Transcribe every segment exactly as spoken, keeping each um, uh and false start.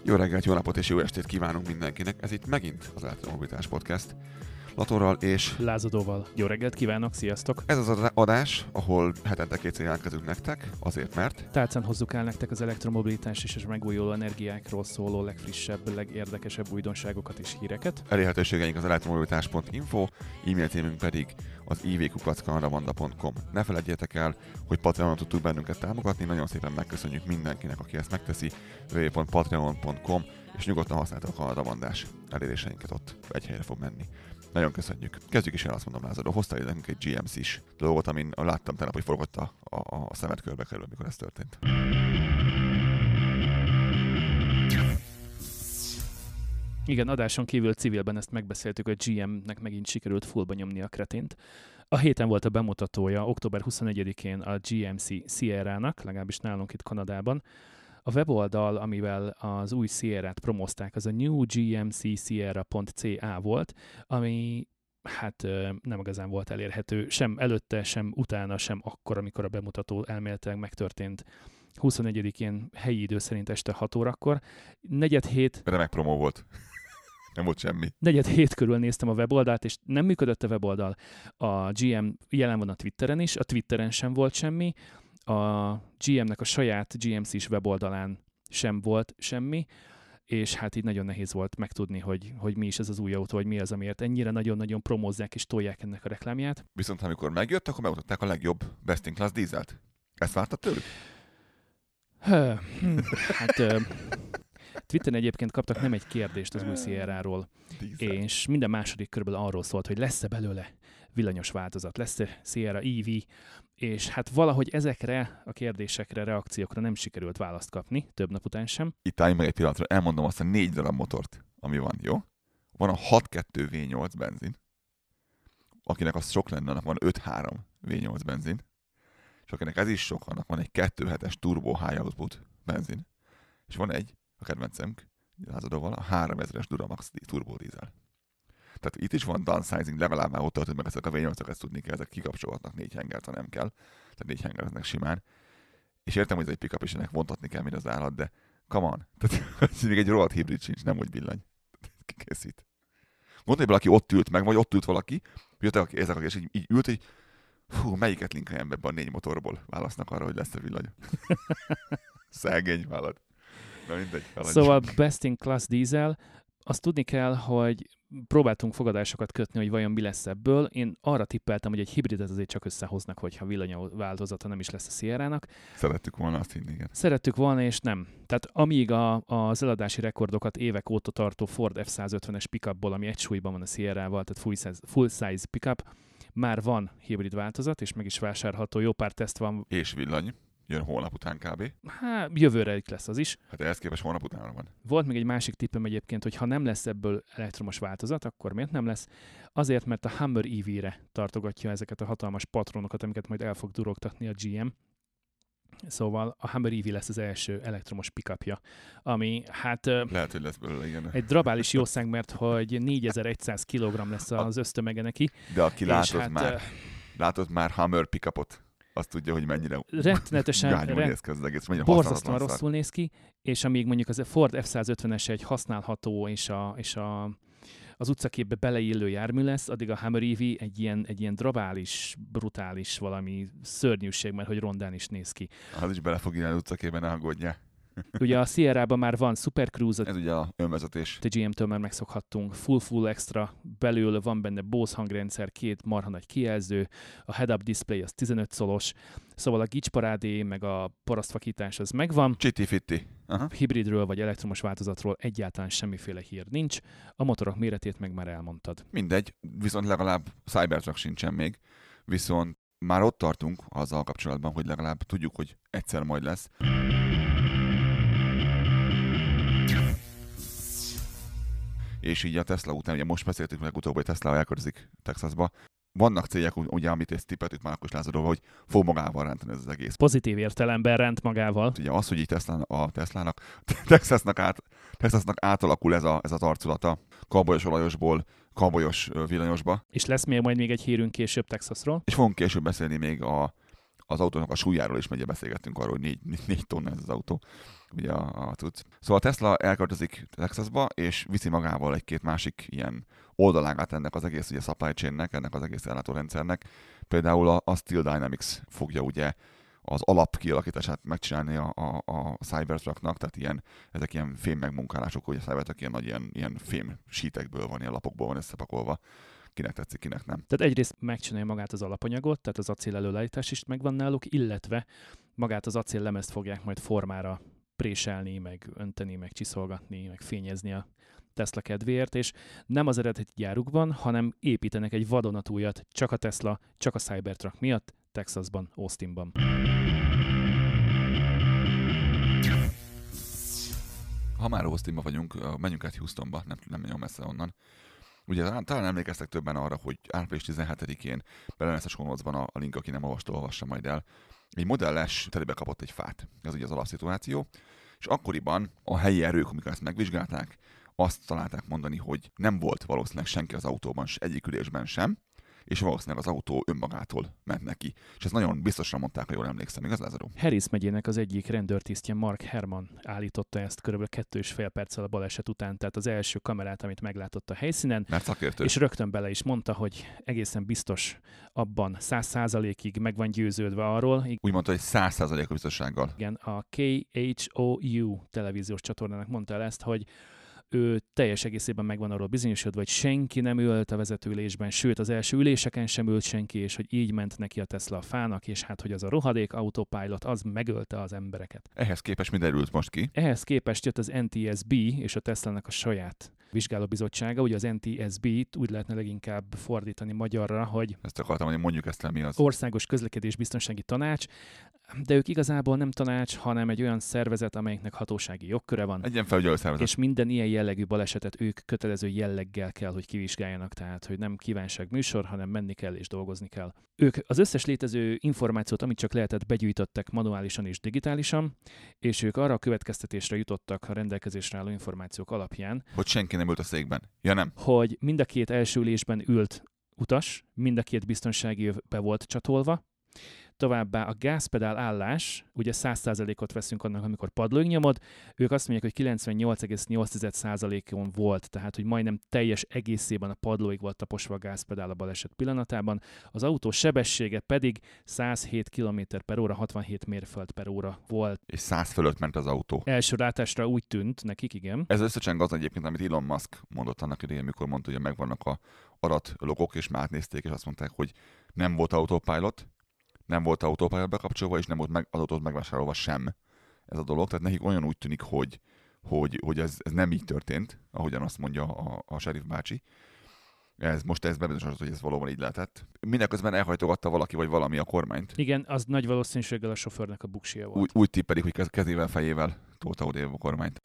Jó reggelt, jó napot és jó estét kívánunk mindenkinek. Ez itt megint az Elektromobilitás Podcast. Latorral és Lázadóval. Jó reggelt kívánok, sziasztok! Ez az adás, ahol hetente kétszer jelentkezünk nektek, azért mert... Tálcán hozzuk el nektek az elektromobilitás és a megújuló energiákról szóló legfrissebb, legérdekesebb újdonságokat és híreket. Elérhetőségeink az elektromobilitás pont info, e-mail címünk pedig az i v kukac kanadavanda pont com. Ne feledjétek el, hogy Patreonon tudtuk bennünket támogatni, nagyon szépen megköszönjük mindenkinek, aki ezt megteszi, double-u double-u double-u pont patreon pont com, és nyugodtan használta a Kanadavandás eléréseinket, ott egy helyre fog menni. Nagyon köszönjük. Kezdjük is el, azt mondom, Lázadó. Hoztál ide nekünk egy gé em cés dolgot, amin láttam tegnap, hogy forgott a, a, a szemed körbe kerül, amikor ez történt. Igen, adáson kívül civilben ezt megbeszéltük, hogy gé em-nek megint sikerült fullba nyomni a kretént. A héten volt a bemutatója, október huszonegyedikén a gé em cé Sierra-nak, legalábbis nálunk itt Kanadában. A weboldal, amivel az új Sierra-t promózták, az a new g m c sierra pont c a volt, ami hát nem igazán volt elérhető, sem előtte, sem utána, sem akkor, amikor a bemutató elméletileg megtörtént. huszonegyedikén helyi idő szerint este hat órakor. Negyed hét... Remek promó volt. Nem volt semmi. Negyed hét körül néztem a weboldalt, és nem működött a weboldal. A gé em jelen van a Twitteren is, a Twitteren sem volt semmi, a gé em-nek a saját gé em cés weboldalán sem volt semmi, és hát így nagyon nehéz volt megtudni, hogy, hogy mi is ez az új autó, vagy mi az, amiért ennyire nagyon-nagyon promózzák és tolják ennek a reklámját. Viszont amikor megjött, akkor megmutatták a legjobb Best in Class dízelt. Ezt vártad tőlük? Hö, hm, hát ö, Twitteren egyébként kaptak nem egy kérdést az új Sierra-ról, és minden második körben arról szólt, hogy lesz-e belőle villanyos változat, lesz-e Sierra é vé, és hát valahogy ezekre a kérdésekre, reakciókra nem sikerült választ kapni, több nap után sem. Itt álljunk meg egy pillanatra, elmondom azt a négy darab motort, ami van, jó? Van a hat kettő vé nyolc benzin, akinek az sok lenne, annak van öt három vé nyolc benzin, és akinek ez is sok, annak van egy kettő hetes turbo high output benzin, és van egy, a kedvencem, Lázadóval, a háromezres Duramax turbo dízel. Tehát itt is van downsizing, legalább már ott tartott meg ezek a vé nyolcak, ezt tudni kell, ezek kikapcsolhatnak négy hengert, ha nem kell. Tehát négy hengereznek simán. És értem, hogy ez egy pick-up, és ennek vontatni kell, mint az állat, de come on. Tehát még egy rohadt hibrid sincs, nem úgy villany. Kikészít. Mondta, hogy valaki ott ült meg, vagy ott ült valaki, jöttek ezek, és így, így ült, hogy fú, melyiket linkeljem be ebbe a négy motorból? Válasznak arra, hogy lesz a villany. Szegény vállad. Na mindegy. Szóval Best in Class Diesel, azt tudni kell, hogy próbáltunk fogadásokat kötni, hogy vajon mi lesz ebből. Én arra tippeltem, hogy egy hibridet azért csak összehoznak, hogyha villanyváltozata nem is lesz a Sierra-nak. Szerettük volna azt hinni, igen. Szerettük volna, és nem. Tehát amíg a, az eladási rekordokat évek óta tartó Ford F száz ötvenes pickupból, ami egy súlyban van a Sierra-val, tehát full size, full size pickup, már van hibrid változat, és meg is vásárolható, jó pár teszt van. És villany. Jön hónap után kb. Hát jövőre itt lesz az is. Hát ehhez képest hónap után van. Volt még egy másik tippem egyébként, hogy ha nem lesz ebből elektromos változat, akkor miért nem lesz? Azért, mert a Hummer é vé-re tartogatja ezeket a hatalmas patronokat, amiket majd el fog durogtatni a gé em. Szóval a Hummer é vé lesz az első elektromos pickupja, ami hát... Lehet, hogy lesz belőle, igen. Egy drabális jószág, mert hogy négyezer-száz kilogramm lesz az ösztömege neki. De aki látod hát, már, látod már Hummer pickupot, azt tudja, hogy mennyire rettenetesen gányul rend... néz ki az egész, mennyire borzasztóan rosszul néz ki, és amíg mondjuk az a Ford F száz ötvenes egy használható és, a, és a, az utcaképbe beleillő jármű lesz, addig a Hummer é vé egy ilyen, egy ilyen drabális, brutális valami szörnyűség, mert hogy rondán is néz ki. Az is bele fog írni az utcaképben, ne aggódjál. Ugye a Sierra-ban már van Super Cruise, ez ugye a önvezetés. A gé em-től már megszokhattunk, full-full extra, belül van benne Bose hangrendszer, két marha nagy kijelző, a head-up display az tizenöt szolos, szóval a gicsparádé, meg a parasztvakítás az megvan. Csitti-fitti. Aha. Hibridről vagy elektromos változatról egyáltalán semmiféle hír nincs, a motorok méretét meg már elmondtad. Mindegy, viszont legalább Cybertruck sincsen még, viszont már ott tartunk azzal kapcsolatban, hogy legalább tudjuk, hogy egyszer majd lesz. És így a Tesla után, ugye most beszéltük legutóbb, hogy Tesla elköltözik Texasba. Vannak cégek, ugye, amit ezt tippeltük már akkor is Lázadóval, hogy fog magával rántani ez az egész. Pozitív értelemben ránt magával. Ugye az, hogy így Tesla, a Teslának, Texasnak, át, Texasnak átalakul ez, a, ez az arculata kabolyos olajosból kabolyos villanyosba. És lesz még majd még egy hírünk később Texasról. És fogunk később beszélni még a, az autónak a súlyáról is megye beszélgettünk arról, hogy négy, négy tonna ez az autó, ugye a, a cucc. Szóval a Tesla elköltözik Texasba, és viszi magával egy-két másik ilyen oldalágát ennek az egész ugye, supply chainnek, ennek az egész ellátórendszernek. Például a, a Steel Dynamics fogja ugye az alap kialakítását megcsinálni a, a, a Cybertrucknak, tehát ilyen, ezek ilyen fém megmunkálások, hogy a Cybertruck ilyen nagy ilyen, ilyen fém sítekből van, ilyen lapokból van összepakolva. Kinek tetszik, kinek nem. Tehát egyrészt megcsinálja magát az alapanyagot, tehát az acél előállítás is megvan náluk, illetve magát az acél lemezt fogják majd formára préselni, meg önteni, meg csiszolgatni, meg fényezni a Tesla kedvéért, és nem az eredeti gyárukban, hanem építenek egy vadonatújat csak a Tesla, csak a Cybertruck miatt, Texasban, Austinban. Ha már Austinban vagyunk, menjünk át Houstonba, nem, nem nagyon messze onnan. Ugye talán emlékeztek többen arra, hogy április tizenhetedikén bele lesz a show notes-ban a, a link, aki nem olvasta, olvassa majd el. Egy modelles telébe kapott egy fát. Ez ugye az alapszituáció. És akkoriban a helyi erők, amikor ezt megvizsgálták, azt találták mondani, hogy nem volt valószínűleg senki az autóban, egyik ülésben sem, és valószínűleg az autó önmagától ment neki. És ezt nagyon biztosan mondták, ha jól emlékszem, igaz, Lázaro? Harris megyének az egyik rendőrtisztje, Mark Herman állította ezt körülbelül kettő és fél perccel a baleset után, tehát az első kamerát, amit meglátott a helyszínen, mert szakértő. És rögtön bele is mondta, hogy egészen biztos abban száz százalékig meg van győződve arról. Úgy mondta, hogy száz százalékos biztossággal. Igen, a K H O U televíziós csatornának mondta el ezt, hogy ő teljes egészében megvan arról bizonyosodva, hogy senki nem ült a vezetőülésben, sőt az első üléseken sem ült senki, és hogy így ment neki a Tesla a fának, és hát, hogy az a rohadék autopilot, az megölte az embereket. Ehhez képest mi derült most ki? Ehhez képest jött az N T S B és a Teslának a saját vizsgálóbizottsága, ugye az N T S B-t úgy lehetne leginkább fordítani magyarra, hogy ezt akartam, hogy mondjuk ezt el, mi az. Országos Közlekedés Biztonsági Tanács, de ők igazából nem tanács, hanem egy olyan szervezet, amelyiknek hatósági jogköre van. Egy ilyen felügyelő szervezet. És minden ilyen jellegű balesetet ők kötelező jelleggel kell, hogy kivizsgáljanak, tehát hogy nem kívánság műsor, hanem menni kell és dolgozni kell. Ők az összes létező információt, amit csak lehetett, begyűjtöttek manuálisan és digitálisan, és ők arra a következtetésre jutottak a rendelkezésre álló információk alapján, hogy senki nem ült a székben. Ja nem. Hogy mind a két első ülésben ült utas, mind a két biztonsági öv be volt csatolva. Továbbá a gázpedál állás, ugye száz százalékot veszünk annak, amikor padlóig nyomod, ők azt mondják, hogy kilencvennyolc egész nyolc százalékon volt, tehát hogy majdnem teljes egészében a padlóig volt taposva a gázpedál a baleset pillanatában. Az autó sebessége pedig száz hét kilométer per óra, hatvanhét mérföld per óra volt. És száz fölött ment az autó. Első látásra úgy tűnt nekik, igen. Ez összecseng az egyébként, amit Elon Musk mondott annak idején, mikor mondta, hogy megvannak a adatlogok, és már átnézték, és azt mondták, hogy nem volt autopilot, nem volt autópilot bekapcsolva, és nem volt meg, az autót megvásárolva sem ez a dolog. Tehát nekik olyan úgy tűnik, hogy, hogy, hogy ez, ez nem így történt, ahogyan azt mondja a, a sheriff bácsi. Ez, most ez bebizonyosodott, hogy ez valóban így lehetett. Mindeközben elhajtogatta valaki vagy valami a kormányt. Igen, az nagy valószínűséggel a sofőrnek a buksia volt. Úgy, úgy tippelik, hogy kezével, fejével tolta odébb a kormányt.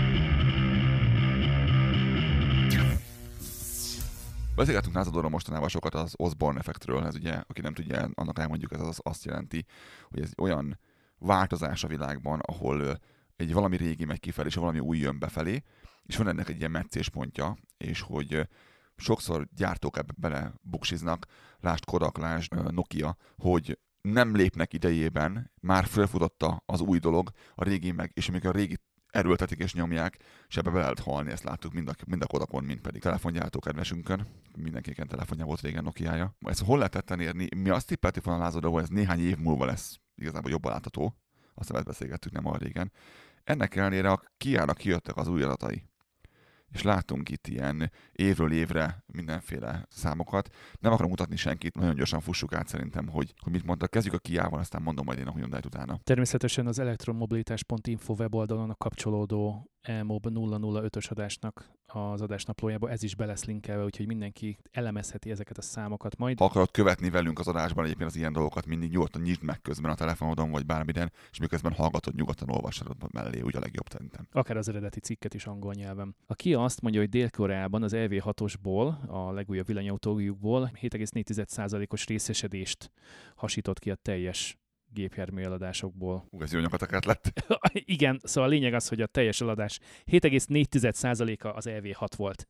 Beszélgetünk Lázadóról mostanában sokat az Osborne effektről, ez ugye, aki nem tudja, annak elmondjuk, ez az azt jelenti, hogy ez olyan változás a világban, ahol egy valami régi megy kifelé, és valami új jön befelé, és van ennek egy ilyen meccéspontja, és hogy sokszor gyártók ebbe bele buksiznak, lásd Kodak, lásd Nokia, hogy nem lépnek idejében, már felfutotta az új dolog, a régi meg, és amikor a régi erőltetik és nyomják, és ebbe be lehet halni, ezt láttuk mind a, mind a Kodakon, mind pedig telefongyártó kedvesünkön. Mindenkiken telefonja volt régen, Nokiája. Ezt hol lehet tetten érni? Mi azt tippeltük volna Lázadó, hogy ez néhány év múlva lesz igazából jobban látható. Azt ezt beszélgettük nem olyan régen. Ennek ellenére a Kia-nak kijöttek az új adatai. És látunk itt ilyen évről évre mindenféle számokat. Nem akarom mutatni senkit, nagyon gyorsan fussuk át szerintem, hogy, hogy mit mondtak. Kezdjük a Kiával, aztán mondom majd én a Hyundai-t utána. Természetesen az elektromobilitás pont info weboldalon a kapcsolódó elmob nulla nulla ötös adásnak az adásnaplójába ez is be lesz linkelve, úgyhogy mindenki elemezheti ezeket a számokat majd. Ha akarod követni velünk az adásban egyébként az ilyen dolgokat, mindig nyugodtan nyisd meg közben a telefonodon, vagy bármiden, és miközben hallgatod, nyugodtan olvasod mellé, úgy a legjobb szerintem. Akár az eredeti cikket is angol nyelven. A Kia azt mondja, hogy Dél-Koreában az E V hatosból, a legújabb villanyautójukból hét egész négy százalékos részesedést hasított ki a teljes gépjármű eladásokból. Ú, ez jó nyakatakat lett. Igen, szóval a lényeg az, hogy a teljes eladás hét egész négy százaléka az E V hat volt.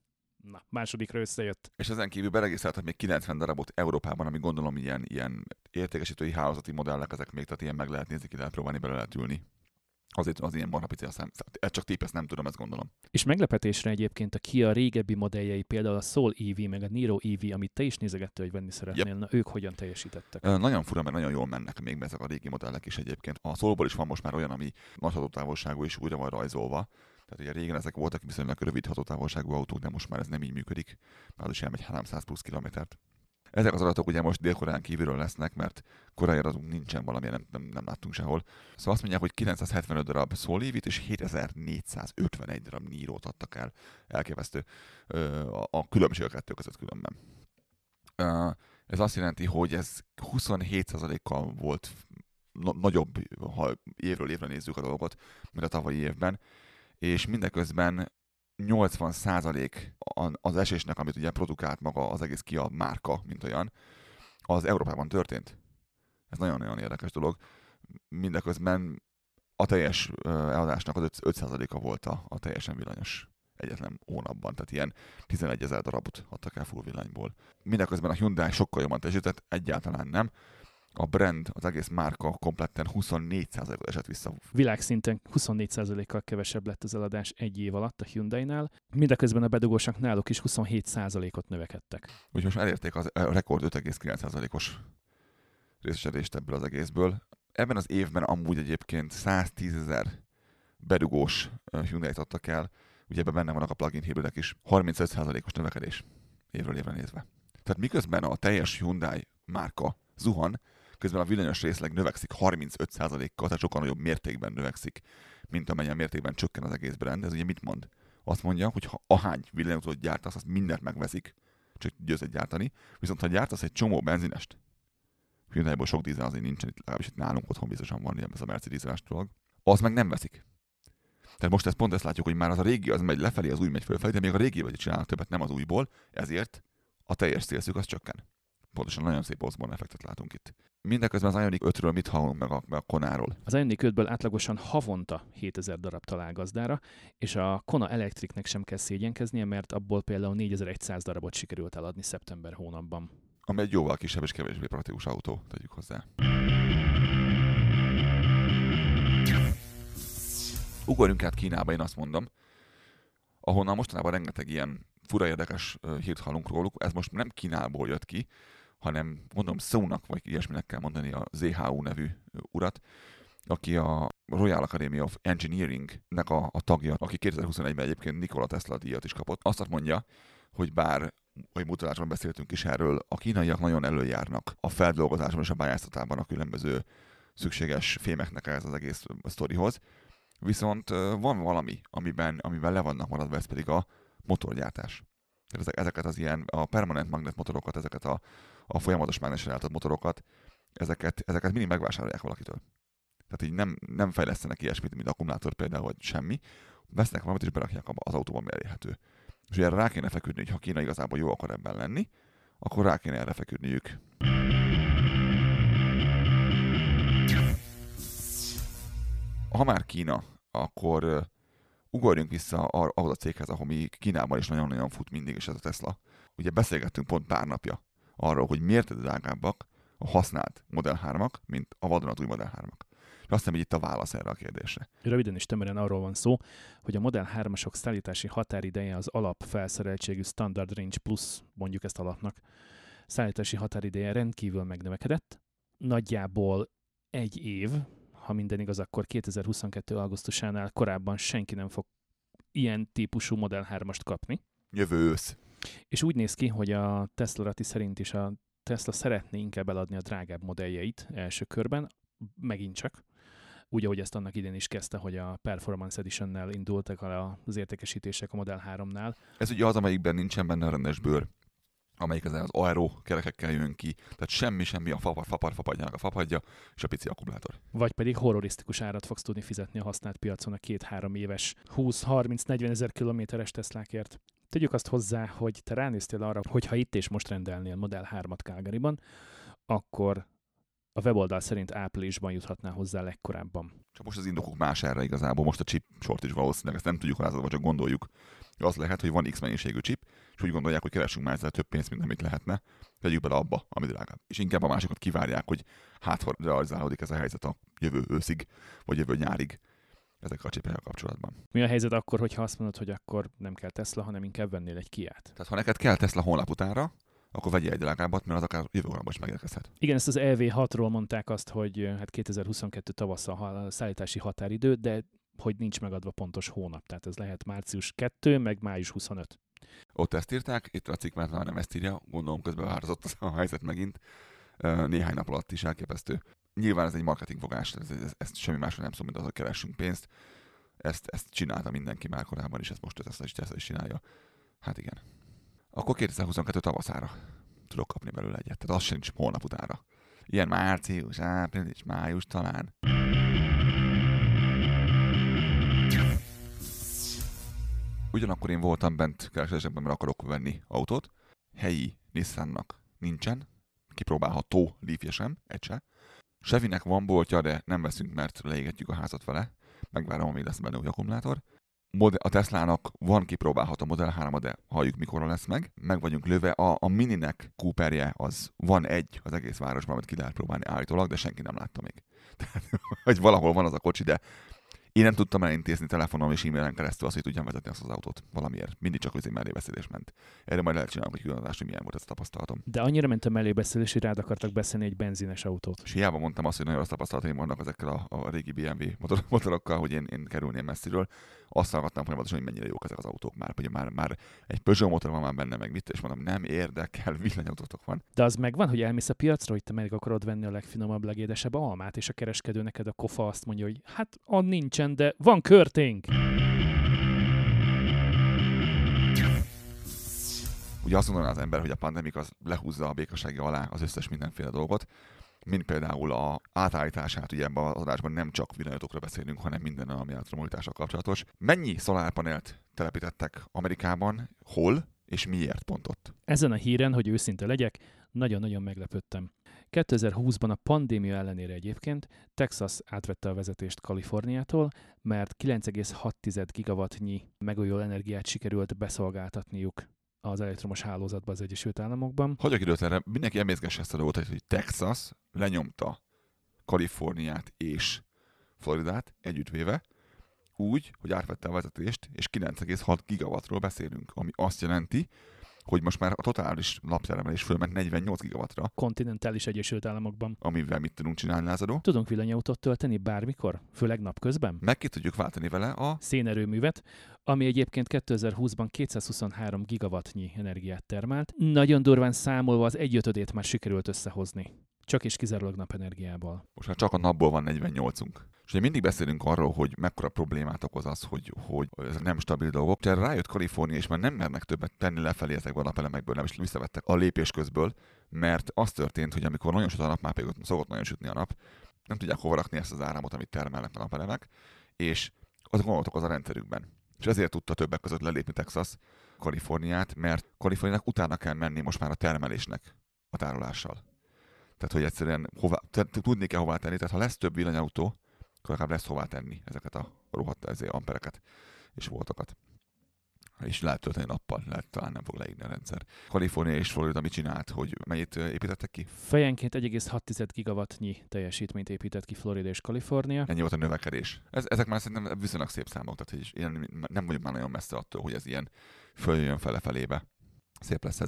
Na, másodikra összejött. És ezen kívül beregisztráltak még kilencven darabot Európában, ami gondolom ilyen, ilyen értékesítői hálózati modellek, ezek még, tehát ilyen meg lehet nézni, ki lehet próbálni, bele lehet ülni. Azért az ilyen marha pici a szám. Ez csak tipp, ezt nem tudom, ezt gondolom. És meglepetésre egyébként a Kia régebbi modelljei, például a Soul é vé, meg a Niro é vé, amit te is nézegettél, hogy venni szeretnél, yep. Na ők hogyan teljesítettek? Ö, nagyon fura, mert nagyon jól mennek még ezek a régi modellek is egyébként. A Soulból is van most már olyan, ami nagy hatótávolságú és újra van rajzolva. Tehát ugye régen ezek voltak viszonylag rövid hatótávolságú autók, de most már ez nem így működik. Már az is elmegy háromszáz plusz kilométert. Ezek az adatok ugye most Dél-Koreán kívülről lesznek, mert koreai adatunk nincsen, valamilyen nem, nem, nem láttunk sehol. Szóval azt mondják, hogy kilencszázhetvenöt darab Soul é vét és hétezer-négyszázötvenegy darab Nirót adtak el. Elképesztő a, a különbség a kettő között különben. Ez azt jelenti, hogy ez huszonhét százalékkal volt na- nagyobb, ha évről évre nézzük a dolgot, mint a tavalyi évben, és mindeközben nyolcvan százalék az esésnek, amit ugye produkált maga az egész Kia márka, mint olyan, az Európában történt. Ez nagyon-nagyon érdekes dolog. Mindeközben a teljes eladásnak az öt százaléka volt a, a teljesen villanyos egyetlen hónapban, tehát ilyen tizenegyezer darabot adtak el full villanyból. Mindeközben a Hyundai sokkal jobban teljesített, egyáltalán nem. A brand, az egész márka kompletten huszonnégy százalékot esett vissza. Világszinten huszonnégy százalékkal kevesebb lett az eladás egy év alatt a Hyundai-nál, mindeközben a bedugósak náluk is huszonhét százalékot növekedtek. Úgyhogy most elérték az rekord öt egész kilenc százalékos részesedést ebből az egészből. Ebben az évben amúgy egyébként száztízezer bedugós Hyundai-t adtak el, ugye ebben benne vannak a plug-in hibridek is, harmincöt százalékos növekedés évről évre nézve. Tehát miközben a teljes Hyundai márka zuhan, közben a villanyos részleg növekszik harmincöt százalékkal, tehát sokkal nagyobb mértékben növekszik, mint amennyien mértékben csökken az egész brand. Ez ugye mit mond? Azt mondja, hogy ha ahány villanyautót gyártasz, azt mindent megveszik, csak győzött gyártani, viszont ha gyártasz egy csomó benzinest, Hyundaiból sok dízel azért nincsen, itt legalábbis itt nálunk otthon biztosan van, ez a Mercedes dolog, az meg nem veszik. Tehát most ezt pont ezt látjuk, hogy már az a régi az megy lefelé, az új megy fölfelé, de még a régi vagy csinálnak többet, nem az újból, ezért a teljes célszük az csökken. Pontosan nagyon szép Osborne effektet látunk itt. Mindeközben az Ioniq ötről mit hallunk meg a, meg a Konáról? Az Ioniq ötből átlagosan havonta hétezer darab talál gazdára, és a Kona Electricnek sem kell szégyenkeznie, mert abból például négyezer-száz darabot sikerült eladni szeptember hónapban. Ami egy jóval kisebb és kevésbé praktikus autó, tegyük hozzá. Ugorjunk át Kínába, én azt mondom, ahonnan mostanában rengeteg ilyen fura érdekes hírt hallunk róluk. Ez most nem Kínából jött ki, hanem gondolom Szónak, vagy ilyesminek kell mondani a zé há u nevű urat, aki a Royal Academy of Engineering-nek a, a tagja, aki kétezer-huszonegyben egyébként Nikola Tesla díjat is kapott. Azt mondja, hogy bár, vagy mutatásban beszéltünk is erről, a kínaiak nagyon előjárnak a feldolgozásban és a bányászatában a különböző szükséges fémeknek ez az egész sztorihoz. Viszont van valami, amiben, amiben le vannak maradva, ez pedig a motorgyártás. Ezek, ezeket az ilyen a permanent magnetmotorokat, ezeket a, a folyamatos mágnesre állított motorokat, ezeket, ezeket mindig megvásárolják valakitől. Tehát így nem, nem fejlesztenek ilyesmit, mint akkumulátor például, vagy semmi. Vesznek valamit és berakják az autóban, elérhető. És erre rá kéne feküdni, hogy ha Kína igazából jó akar ebben lenni, akkor rá kéne erre feküdniük. Ha már Kína, akkor uh, ugorjunk vissza ar- ahhoz a céghez, ahol mi Kínában is nagyon-nagyon fut mindig, és ez a Tesla. Ugye beszélgettünk pont pár napja arról, hogy miért drágábbak a használt Model hármak, mint a vadonatúj Model hármak. És azt hiszem, hogy itt a válasz erre a kérdésre. Röviden és tömören arról van szó, hogy a Model hármasok szállítási határideje az alap felszereltségű Standard Range Plus, mondjuk ezt alapnak, szállítási határideje rendkívül megnövekedett. Nagyjából egy év, ha minden igaz, akkor kétezer-huszonkettő augusztusánál korábban senki nem fog ilyen típusú Model hármast kapni. Jövő ősz. És úgy néz ki, hogy a Tesla Rati szerint is a Tesla szeretné inkább eladni a drágább modelljeit első körben, megint csak. Úgy, ahogy ezt annak idén is kezdte, hogy a Performance Edition-nel indultak az értékesítések a Model háromnál. Ez ugye az, amelyikben nincsen benne a rendes bőr, amelyik az, az aero kerekekkel jön ki, tehát semmi-semmi a fapar, fapar, fapadjának a fapadja, és a pici akkumulátor. Vagy pedig horrorisztikus árat fogsz tudni fizetni a használt piacon a két-három éves húsz-harminc-negyven ezer kilométeres Teslákért. Tegyük azt hozzá, hogy te ránéztél arra, hogy ha itt és most rendelnél Model hármat Calgaryban, akkor a weboldal szerint áprilisban juthatnál hozzá legkorábban. Csak most az indokok más erre igazából, most a chip sort is valószínűleg, ezt nem tudjuk rázadva, csak gondoljuk. Az lehet, hogy van X mennyiségű chip, és úgy gondolják, hogy keresünk már ezzel több pénzt, mint amit lehetne, tegyük bele abba, ami drágább. És inkább a másikat kivárják, hogy hát ha realizálódik ez a helyzet a jövő őszig, vagy jövő nyárig ezekkel a csipekkel kapcsolatban. Mi a helyzet akkor, hogyha azt mondod, hogy akkor nem kell Tesla, hanem inkább vennél egy Kiát? Tehát ha neked kell Tesla hónap utánra, akkor vegyél egy drágábbat, mert az akár jövő hónapban is megérkezhet. Igen, ezt az E V hatról mondták azt, hogy hát kétezer-huszonkettő tavasz a szállítási határidő, de hogy nincs megadva pontos hónap. Tehát ez lehet március kettő, meg május huszonöt. Ott ezt írták, itt a cikk, mert már nem ezt írja, gondolom közben változott a helyzet megint. Néhány nap alatt is elképesztő. Nyilván ez egy marketingfogás, ez, ez, ez semmi másra nem szól, mint az, hogy keressünk pénzt. Ezt, ezt csinálta mindenki már korábban is, ezt most ez is, Tesla is csinálja. Hát igen. Akkor kétezer-huszonkettő tavaszára tudok kapni belőle egyet. Tehát az sem nincs holnap utánra. Ilyen március, április, május talán. Ugyanakkor én voltam bent kereskedesekben, mert akarok venni autót. Helyi Nissannak nincsen. Kipróbálható Leafje sem, egy se. Chevynek van boltja, de nem veszünk, mert leégetjük a házat vele. Megvárom, amíg lesz benne új akkumulátor. A Teslának van kipróbálható Model három, de halljuk mikorra lesz meg. Meg vagyunk lőve. A, a Mininek Cooperje az van egy az egész városban, amit ki lehet próbálni állítólag, de senki nem látta még. Tehát, hogy valahol van az a kocsi, de én nem tudtam elintézni telefonon és e-mailen keresztül azt, hogy tudjam vezetni azt az autót valamiért. Mindig csak az mellébeszélés ment. Erre majd lehet csinálni, hogy különadás, hogy milyen volt ez a tapasztalatom. De annyira ment a mellébeszélés, hogy rád akartak beszélni egy benzines autót. És hiába mondtam azt, hogy nagyon rossz tapasztalataim vannak ezekkel a, a régi bé em vé motor, motorokkal, hogy én, én kerülném messziről. Azt hallgattam folyamatosan, hogy mennyire jók ezek az autók már. Hogy már, már egy Peugeot motor van már benne, meg mit, és mondom, nem érdekel, villanyautótok van. De az megvan, hogy elmész a piacra, hogy te meg akarod venni a legfinomabb, legédesebb almát, és a kereskedő neked a kofa azt mondja, hogy hát on nincsen, de van körténk. Ugye azt mondaná az ember, hogy a pandemik az lehúzza a békassági alá az összes mindenféle dolgot, mint például a átállítását, ugye ebben az adásban nem csak villanyautókról beszélünk, hanem minden, ami elektromobilitással kapcsolatos. Mennyi szolárpanelt telepítettek Amerikában, hol és miért pont ott? Ezen a híren, hogy őszinte legyek, nagyon-nagyon meglepődtem. kétezer-húszban a pandémia ellenére egyébként Texas átvette a vezetést Kaliforniától, mert kilenc egész hat gigawattnyi megújuló energiát sikerült beszolgáltatniuk az elektromos hálózatba az Egyesült Államokban. Hagyok időt erre, mindenki emészgesse ezt a dolgot, hogy Texas lenyomta Kaliforniát és Floridát együttvéve, úgy, hogy átvette a vezetést, és kilenc egész hat gigawattról beszélünk, ami azt jelenti, hogy most már a totális naptermelés fölment negyvennyolc gigawattra. Kontinentális Egyesült Államokban. Amivel mit tudunk csinálni, Lázadó? Tudunk villanyautót tölteni bármikor, főleg napközben. Meg ki tudjuk váltani vele a szénerőművet, ami egyébként kétezer-húszban kétszázhuszonhárom gigawattnyi energiát termelt. Nagyon durván számolva az egyötödét már sikerült összehozni. Csak és kizárólag napenergiából. Most már csak a napból van negyvennyolcunk. És ugye mindig beszélünk arról, hogy mekkora problémát okoz az, hogy, hogy ezek nem stabil dolgok. Tehát rájött Kalifornia, és már nem mernek többet tenni lefelé ezekből a napelemekből, nem is visszavettek a lépés közből, mert az történt, hogy amikor nagyon süt a nap, már pedig szokott nagyon sütni a nap, nem tudják hova rakni ezt az áramot, amit termelnek a napelemek, és az gondot okoz a rendszerükben. És ezért tudta többek között lelépni Texas Kaliforniát, mert Kaliforniának utána kell menni most már a termelésnek a tárolással. Tehát, hogy egyszerűen hová, tudni kell hová tenni, tehát ha lesz több villanyautó, akkor legalább lesz hová tenni ezeket a rohadt ezért ampereket és voltokat. És lehet tölteni nappal, lehet talán nem fog leírni a rendszer. Kalifornia és Florida mit csinált, hogy mennyit építettek ki? Fejenként egy egész hat gigawattnyi teljesítményt épített ki Florida és Kalifornia. Ennyi volt a növekedés. Ez, ezek már szerintem viszonylag szép számok, tehát hogy ilyen, nem vagyunk már nagyon messze attól, hogy ez ilyen följön fele-felébe. Szép lesz ez.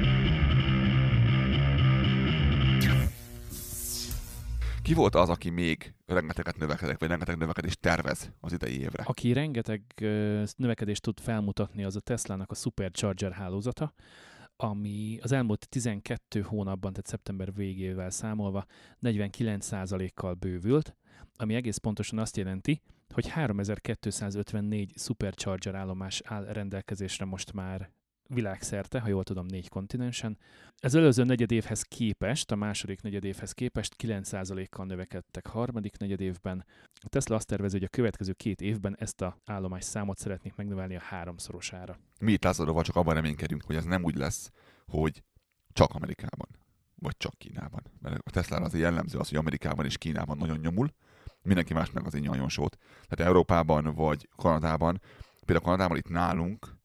Ki volt az, aki még rengeteget növekedett, vagy rengeteg növekedést tervez az idei évre? Aki rengeteg növekedést tud felmutatni, az a Teslának a Supercharger hálózata, ami az elmúlt tizenkét hónapban, tehát szeptember végével számolva negyvenkilenc százalékkal bővült, ami egész pontosan azt jelenti, hogy háromezer-kétszázötvennégy Supercharger állomás áll rendelkezésre most már világszerte, ha jól tudom, négy kontinensen. Az előző negyedévhez képest, a második negyedévhez képest kilenc százalékkal növekedtek harmadik negyedévben. A Tesla azt tervezi, hogy a következő két évben ezt a állomás számot szeretnék megnövelni a háromszorosára. Mi itt Lázadóval csak abban reménykedünk, hogy ez nem úgy lesz, hogy csak Amerikában, vagy csak Kínában. Mert a Tesla azért jellemző az, hogy Amerikában és Kínában nagyon nyomul, mindenki más meg azért nyaljon sót. Tehát Európában vagy Kanadában, például Kanadában itt nálunk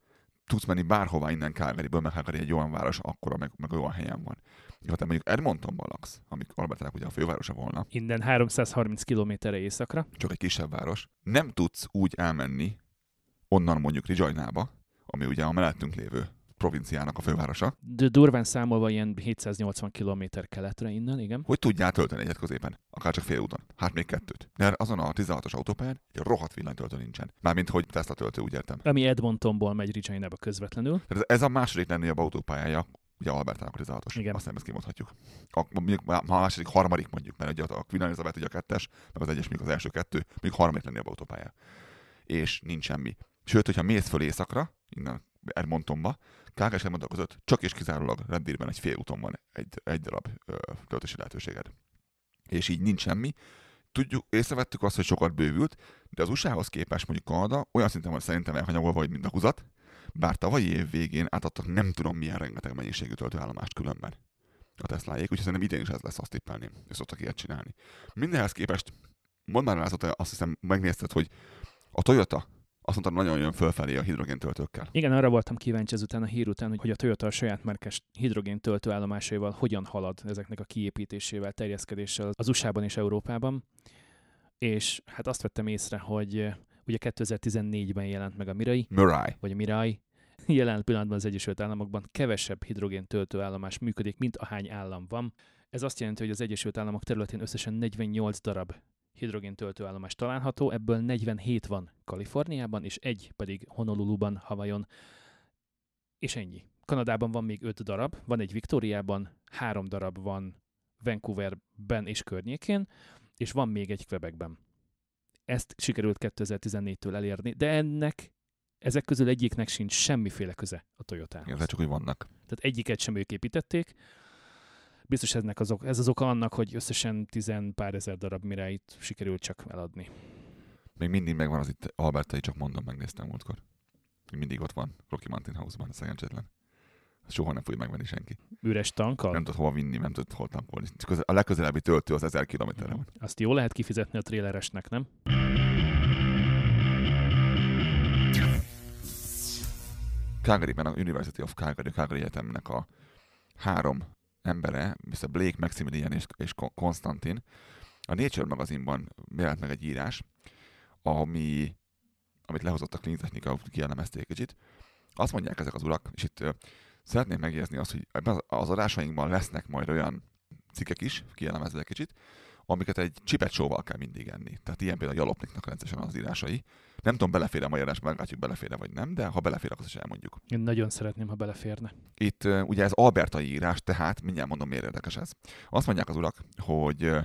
tudsz menni bárhová innen Calgaryből, mert Calgary egy olyan város, akkora, meg, meg olyan helyen van. Ha te mondjuk Edmontonban laksz, amik Albertának ugye a fővárosa volna. Innen háromszázharminc kilométerre északra. Csak egy kisebb város. Nem tudsz úgy elmenni onnan mondjuk Regina-ba, ami ugye a mellettünk lévő provinciának a fővárosa. De durván számolva ilyen hétszáznyolcvan kilométer keletre innen, igen. Hogy tudjál tölteni egyet középen? Akár csak félúton. Hát még kettőt. De azon a tizenhatos autópályán egy rohadt villanytöltő nincsen. Mármint, hogy Tesla töltő, úgy értem. Ami Edmontonból megy Regina-ba közvetlenül. Tehát ez a második legnagyobb autópályája, ugye Albertának a tizenhatos. Igen. Azt nem ezt kimondhatjuk. A, mondjuk a második, harmadik mondjuk, mert ugye a Queen Elizabeth ugye a kettes, meg az egyes még az első kettő, még harmadik legnagyobb autópálya. És nincs semmi. Sőt, hogyha mész föl északra, innen Edmontonba, Calgary és Edmonton között csak és kizárólag Red Deerben egy fél úton van egy, egy darab ö, töltési lehetőséged. És így nincs semmi. Tudjuk, észrevettük azt, hogy sokat bővült, de az u es á-hoz képest mondjuk Kanada olyan szinten van szerintem elhanyagolva, hogy mind a húzat, bár tavalyi év végén átadtak nem tudom milyen rengeteg mennyiségű töltőállomást különben a Tesláék, úgyhogy szerintem idén is ez lesz, azt tippelném, és szoktak ilyet csinálni. Mindenhez képest, mondd már rá, azt hiszem megnézted, hogy a Toyota azt mondtam, nagyon jön fölfelé a hidrogéntöltőkkel. Igen, arra voltam kíváncsi ezután a hír után, hogy a Toyota a saját márkás hidrogéntöltő állomásaival hogyan halad ezeknek a kiépítésével, terjeszkedéssel az u es á-ban és Európában. És hát azt vettem észre, hogy ugye kétezer-tizennégyben jelent meg a Mirai, Mirai. vagy a Mirai. Jelen pillanatban az Egyesült Államokban kevesebb hidrogéntöltő állomás működik, mint ahány állam van. Ez azt jelenti, hogy az Egyesült Államok területén összesen negyvennyolc darab hidrogéntöltőállomás található, ebből negyvenhét van Kaliforniában, és egy pedig Honoluluban, Hawaiion, és ennyi. Kanadában van még öt darab, van egy Victoriában, három darab van Vancouverben és környékén, és van még egy Quebecben. Ezt sikerült kétezer-tizennégytől elérni, de ennek, ezek közül egyiknek sincs semmiféle köze a Toyotához. Igen, csak úgy vannak. Tehát egyiket sem ők építették. Biztos eznek az ok, ez az oka annak, hogy összesen tizen pár ezer darab Mirait sikerült csak eladni. Még mindig megvan az itt Albertai, csak mondom, megnéztem múltkor. Mindig ott van, Rocky Mountain House-ban, szerencsétlen. Soha nem fogja megvenni senki. Üres tankkal? Nem tud hova vinni, nem tud hol tankolni. Csak a legközelebbi töltő az ezer kilométerre van. Azt jó lehet kifizetni a tréleresnek, nem? Calgaryben a University of Calgary, Calgary Egyetemnek a három embere, mister Blake, Maximilian és, és Konstantin, a Nature magazinban jelent meg egy írás, ami, amit lehozott a Clean Technica, kielemezték kicsit. Azt mondják ezek az urak, és itt uh, szeretném megjegyezni azt, hogy ebben az adásainkban lesznek majd olyan cikkek is, kielemezve egy kicsit, amiket egy csipet sóval kell mindig enni. Tehát ilyen például a Jalopniknak rendszeresen az írásai. Nem tudom, belefér a mai adásba, meglátjuk, belefér vagy nem, de ha belefér, akkor is elmondjuk. Én nagyon szeretném, ha beleférne. Itt uh, ugye ez albertai írás, tehát mindjárt mondom, miért érdekes ez. Azt mondják az urak, hogy uh,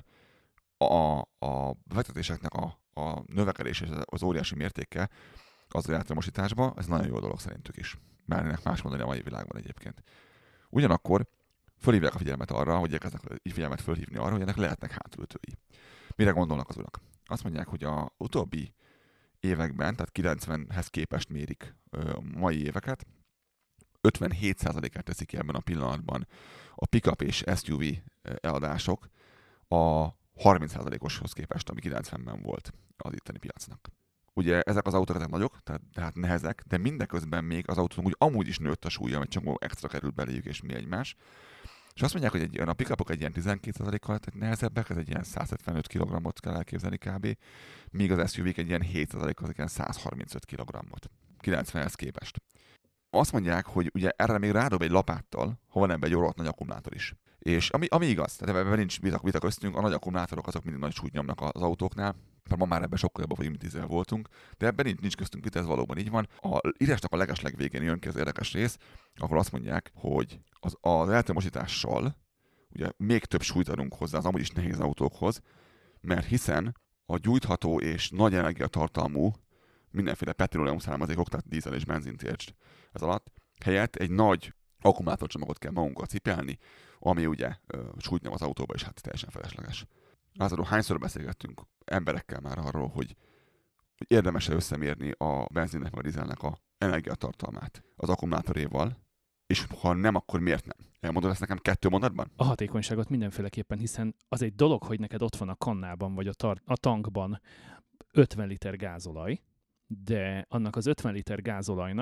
a, a befektetéseknek a, a növekedés és az óriási mértéke az elektromosításba, ez nagyon jó dolog szerintük is. Már ennek más mondani a mai világban egyébként. Ugyanakkor fölhívják a figyelmet arra, hogy elkezdenek így figyelmet fölhívni arra, hogy ennek lehetnek hátulütői. Mire gondolnak az urak? Azt mondják, hogy a utóbbi években, tehát kilencvenhez képest mérik a mai éveket, ötvenhét százalékát teszik ki ebben a pillanatban a pick-up és es u vé eladások a harminc százalékoshoz képest, ami kilencvenben volt az itteni piacnak. Ugye ezek az autók ezek nagyok, tehát, tehát nehezek, de mindeközben még az autónak úgy amúgy is nőtt a súlya, mert csak extra került beléjük és mi egymás. És azt mondják, hogy egy, a pick-upok egy ilyen tizenkét százalékkal nehezebbek, ez egy ilyen száz hetvenöt kilogrammot kell elképzelni kb. Míg az es u vé-k egy ilyen hét százalékkal, egy ilyen száz harmincöt kilogrammot. kilencvenhez képest. Azt mondják, hogy ugye erre még rádob egy lapáttal, ha van ebben egy rohadt nagy akkumulátor is. És ami, ami igaz, tehát ebben nincs vita, vita köztünk, a nagy akkumulátorok azok mindig nagy súlyt nyomnak az autóknál, mert ma már ebben sokkal jobban vagyunk, mint tízzel voltunk, de ebben nincs, nincs köztünk vita, ez valóban így van. A írásnak a legesleg végén jön ki az érdekes rész, ahol azt mondják, hogy az, az elektromosítással ugye még több súlyt adunk hozzá az amúgy is nehéz autókhoz, mert hiszen a gyújtható és nagy energiatartalmú mindenféle petróleum származékok, tehát dízel és benzintércs ez alatt, helyett egy nagy akkumulátorcsomagot kell magunkkal cipelni, ami ugye ö, súlyt nyom az autóba, és hát teljesen felesleges. Lázadó, hányszor beszélgettünk emberekkel már arról, hogy, hogy érdemes-e összemérni a benzinnek meg a dízelnek a energiatartalmát az akkumulátoréval, és ha nem, akkor miért nem? Elmondod ezt nekem kettő mondatban? A hatékonyságot mindenféleképpen, hiszen az egy dolog, hogy neked ott van a kannában, vagy a, tar- a tankban ötven liter gázolaj, de annak az ötven liter gázolajnak,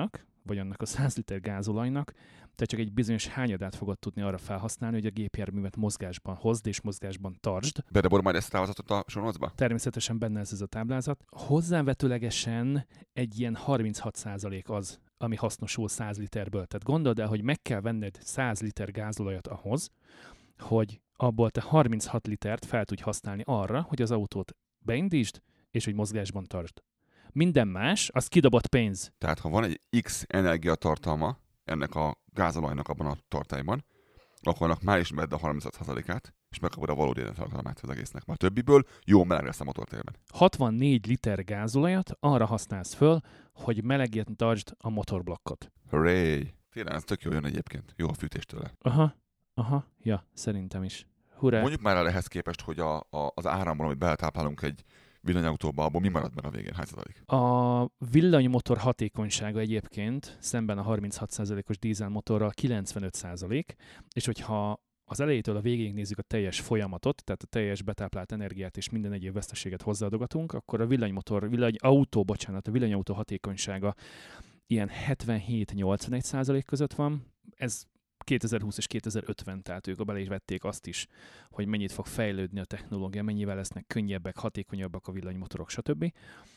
vagy annak a száz liter gázolajnak, te csak egy bizonyos hányadát fogod tudni arra felhasználni, hogy a gépjárművet mozgásban hozd és mozgásban tartsd. Bedobod majd ezt a táblázatot a sonocba? Természetesen benne ez, ez a táblázat. Hozzávetőlegesen egy ilyen harminchat százalék az, ami hasznosul száz literből. Tehát gondold el, hogy meg kell venned száz liter gázolajat ahhoz, hogy abból te harminchat litert fel tudj használni arra, hogy az autót beindítsd, és hogy mozgásban tartsd. Minden más, az kidobott pénz. Tehát ha van egy X energiatartalma ennek a gázolajnak abban a tartályban, akkor annak már is vedd a harminchat százalékát, és megkapod a valódi energiatartalmát az egésznek. Már többiből jó meleg lesz a motortérben. hatvannégy liter gázolajat arra használsz föl, hogy melegjen tartsd a motorblokkot. Hurray! Tényleg ez tök jó jön egyébként. Jó a fűtéstől. Aha, aha, ja, szerintem is. Hurrá! Mondjuk már el ehhez képest, hogy a, a, az áramból, amit beletáplálunk egy villanyautóba, abból mi marad meg a végén? Hány százalék? A villanymotor hatékonysága egyébként szemben a harminchat százalékos dízelmotorral kilencvenöt százalék, és hogyha az elejétől a végéig nézzük a teljes folyamatot, tehát a teljes betáplált energiát és minden egyéb veszteséget hozzáadogatunk, akkor a villanymotor, villanyautó, bocsánat, a villanyautó hatékonysága ilyen hetvenhét-nyolcvanegy százalék között van. Ez kétezer-húsz és kétezer-ötven, tehát ők bele is vették azt is, hogy mennyit fog fejlődni a technológia, mennyivel lesznek könnyebbek, hatékonyabbak a villanymotorok, stb.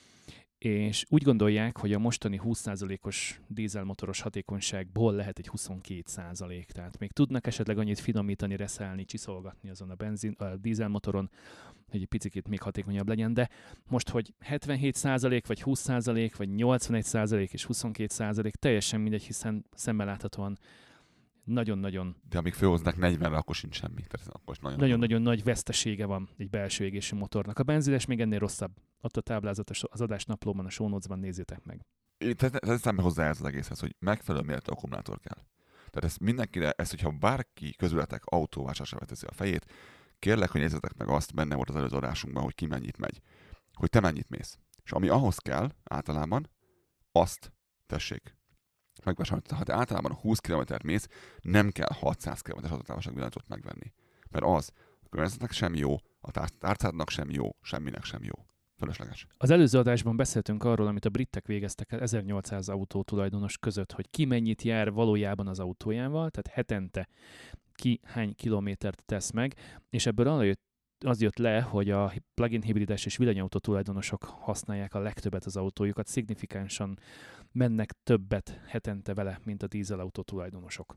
És úgy gondolják, hogy a mostani húsz százalékos dízelmotoros hatékonyságból lehet egy huszonkét százalék. Tehát még tudnak esetleg annyit finomítani, reszelni, csiszolgatni azon a, benzin, a dízelmotoron, hogy egy picit még hatékonyabb legyen, de most, hogy hetvenhét százalék, vagy húsz százalék, vagy nyolcvanegy százalék és huszonkét százalék, teljesen mindegy, hiszen szemmel láthatóan nagyon-nagyon... De amíg főhoznak negyvenre, akkor sincs semmi. Tehát akkor nagyon, nagyon-nagyon nagy vesztesége van egy belső égésű motornak. A benzines még ennél rosszabb. Ott a táblázat az adásnaplóban, a show notes-ban nézzétek meg. Tehát ez eszembe hozzá ez az egészhez, hogy megfelelő méretű akkumulátor kell. Tehát ezt mindenkire, ezt, hogyha bárki közületek autóvásárlásra teszi a fejét, kérlek, hogy nézzetek meg azt, benne volt az előző adásunkban, hogy ki mennyit megy. Hogy te mennyit mész. És ami ahhoz kell általában, azt tessék megvásárolni. Ha te általában húsz kilométert mész, nem kell hatszáz kilométeres autótávolság villanyautót megvenni. Mert az a környezetnek sem jó, a tárcádnak sem jó, semminek sem jó. Fölösleges. Az előző adásban beszéltünk arról, amit a britek végeztek el ezernyolcszáz autó tulajdonos között, hogy ki mennyit jár valójában az autójával, tehát hetente ki hány kilométert tesz meg, és ebből arra jött, az jött le, hogy a plug-in hibrides és villanyautó tulajdonosok használják a legtöbbet az autójukat, szignifikánsan mennek többet hetente vele, mint a dízelautó tulajdonosok.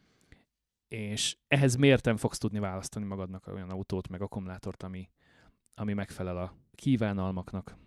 És ehhez miért nem fogsz tudni választani magadnak olyan autót, meg akkumulátort, ami, ami megfelel a kívánalmaknak.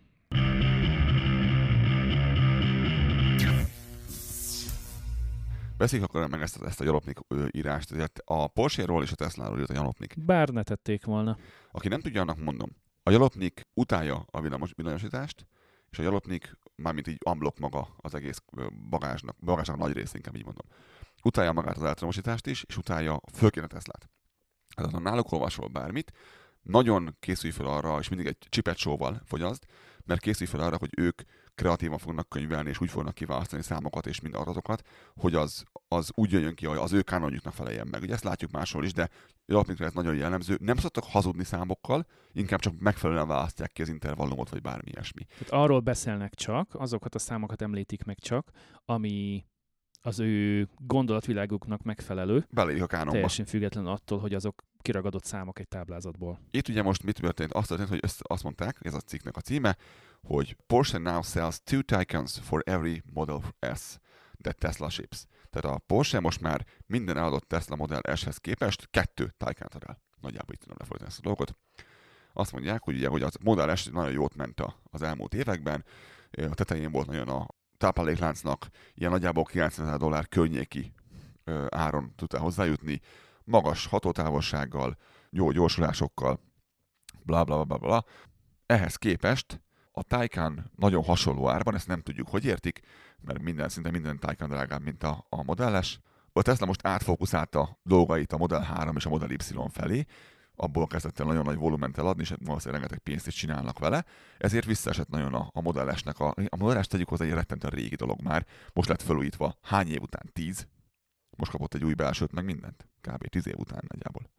Beszéljük akkor meg ezt, ezt a Jalopnik írást. Ezért a Porsche-ról és a Tesla-ról írt a Jalopnik. Bár ne tették volna. Aki nem tudja, annak mondom. A Jalopnik utálja a villamos, villanyosítást, és a Jalopnik, mármint így unblock maga az egész bagázsnak, bagázsnak nagy rész, inkább így mondom. Utálja magát az elektromosítást is, és utálja főként a Teslát. Tehát ha náluk olvasol bármit, nagyon készülj fel arra, és mindig egy chipet show-val fogyaszt, mert készülj fel arra, hogy ők kreatívan fognak könyvelni, és úgy fognak kiválasztani számokat és mind adatokat, hogy az, az úgy jön ki, hogy az ő kánonjuknak feleljen meg. Ugye ezt látjuk máshol is, de Jalopnikra ez nagyon jellemző. Nem szoktak hazudni számokkal, inkább csak megfelelően választják ki az intervallumot, vagy bármi ilyesmi. Tehát arról beszélnek csak, azokat a számokat említik meg csak, ami az ő gondolatviláguknak megfelelő. Beleírik a kánonba. Teljesen független attól, hogy azok kiragadott számok egy táblázatból. Itt ugye most mit történt? Azt történt, hogy azt mondták, ez a cikknek a címe, hogy Porsche now sells two Taycans for every Model S that Tesla ships. Tehát a Porsche most már minden eladott Tesla Model S-hez képest kettő Taycant ad el. Nagyjából itt tudom lefordítani ezt a dolgot. Azt mondják, hogy, ugye, hogy az Model S nagyon jót ment az elmúlt években, a tetején volt nagyon a táplálékláncnak, ilyen nagyjából kilencvenezer dollár környéki áron tudtál hozzájutni, magas hatótávolsággal, jó gyorsulásokkal, bla bla bla bla. Ehhez képest a Taycan nagyon hasonló árban, ezt nem tudjuk, hogy értik, mert minden, szinte minden Taycan drágább, mint a, a Model S. A Tesla most átfókuszálta dolgait a Model három és a Model Y felé, abból kezdett el nagyon nagy volument eladni, és valószínűleg rengeteg pénzt is csinálnak vele, ezért visszaesett nagyon a, a Model S-nek. A, a Model S tegyük hozzá egy rettentően régi dolog már, most lett felújítva. Hány év után? Tíz? Most kapott egy új belsőt, meg mindent. Kb. tíz év után nagyjából.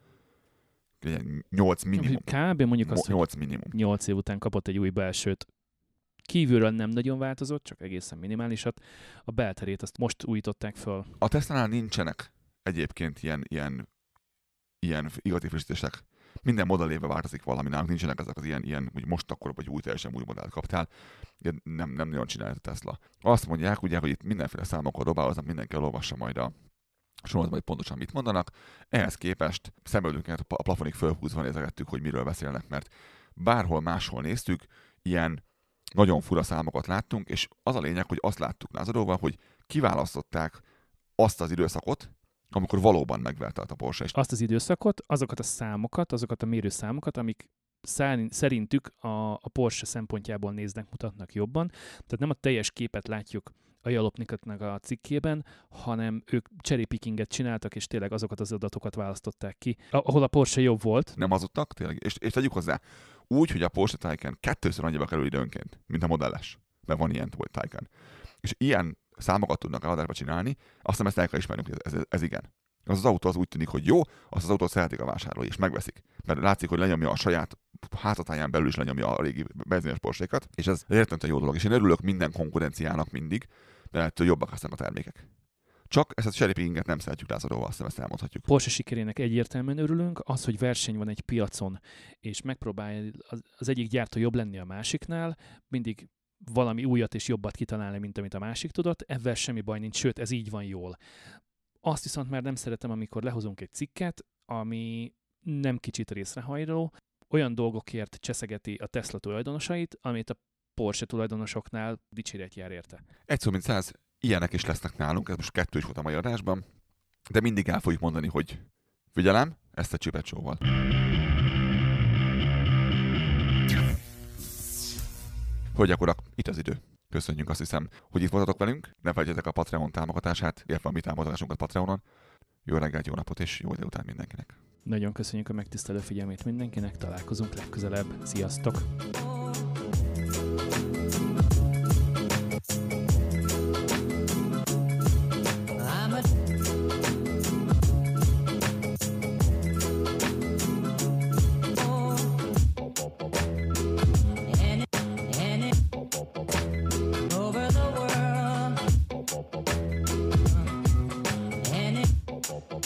nyolc minimum. Kb. mondjuk azt, nyolc minimum. nyolc év után kapott egy új belsőt. kívülről nem nagyon változott, csak egészen minimálisat. A belterét azt most újították föl. A Tesla-nál nincsenek egyébként ilyen, ilyen, ilyen igazi frissítések. Minden modellébe változik valami, nálunk nincsenek ezek az ilyen, ilyen hogy most akkor vagy új, teljesen új modellt kaptál. Nem, nem nagyon csinálja a Tesla. Azt mondják, ugye, hogy itt mindenféle számokkal dobáloznak, mindenki elolvassa majd a sorozatban, hogy pontosan mit mondanak. Ehhez képest szemöldünket a plafonig fölhúzva nézegettük, hogy miről beszélnek, mert bárhol máshol néztük, ilyen nagyon fura számokat láttunk, és az a lényeg, hogy azt láttuk Lázaróval, hogy kiválasztották azt az időszakot, amikor valóban megvertelt a Porsche. Azt az időszakot, azokat a számokat, azokat a mérőszámokat, amik szerintük a, a Porsche szempontjából néznek, mutatnak jobban. Tehát nem a teljes képet látjuk a Jalopnikotnak a cikkében, hanem ők cherry pickinget csináltak, és tényleg azokat az adatokat választották ki, ahol a Porsche jobb volt. Nem hazudtak, tényleg. És, és tegyük hozzá, úgy, hogy a Porsche Taycan kettőször annyiba kerül időnként, mint a modelles, mert van ilyen Taycan. És ilyen számokat tudnak eladásba csinálni, azt hiszem ezt el kell ismernünk, hogy ez, ez, ez igen. Az az autó az úgy tűnik, hogy jó, azt az autót szeretik a vásárlói, és megveszik. Mert látszik, hogy lenyomja a saját házatáján belül is lenyomja a régi benzines Porsche-kat, és ez értelmetlen jó dolog. És én örülök minden konkurenciának mindig, mert ettől jobbak aztán a termékek. Csak ezt a cherry pickinget nem szeretjük Lázaróval, azt hiszem ezt elmondhatjuk. Porsche sikerének egyértelműen örülünk, az, hogy verseny van egy piacon, és megpróbálja az egyik gyártó jobb lenni a másiknál, mindig valami újat és jobbat kitalálni, mint amit a másik tudott, ebben semmi baj nincs, sőt, ez így van jól. Azt viszont már nem szeretem, amikor lehozunk egy cikket, ami nem kicsit részrehajló, olyan dolgokért cseszegeti a Tesla tulajdonosait, amit a Porsche tulajdonosoknál dicséret jár érte. Egy szó mint száz, ilyenek is lesznek nálunk, ez most kettő is volt a mai adásban, de mindig el fogjuk mondani, hogy figyelem, ezt a Csipet Show-val. Hölgyek, urak, itt az idő. Köszönjük, azt hiszem, hogy itt voltatok velünk. Ne felejtjetek a Patreon támogatását, illetve a mi támogatásunkat Patreonon. Jó reggelt, jó napot és jó délután mindenkinek. Nagyon köszönjük a megtisztelő figyelmét mindenkinek, találkozunk legközelebb. Sziasztok!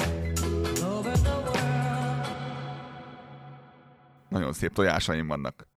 Nagyon szép tojásaim vannak.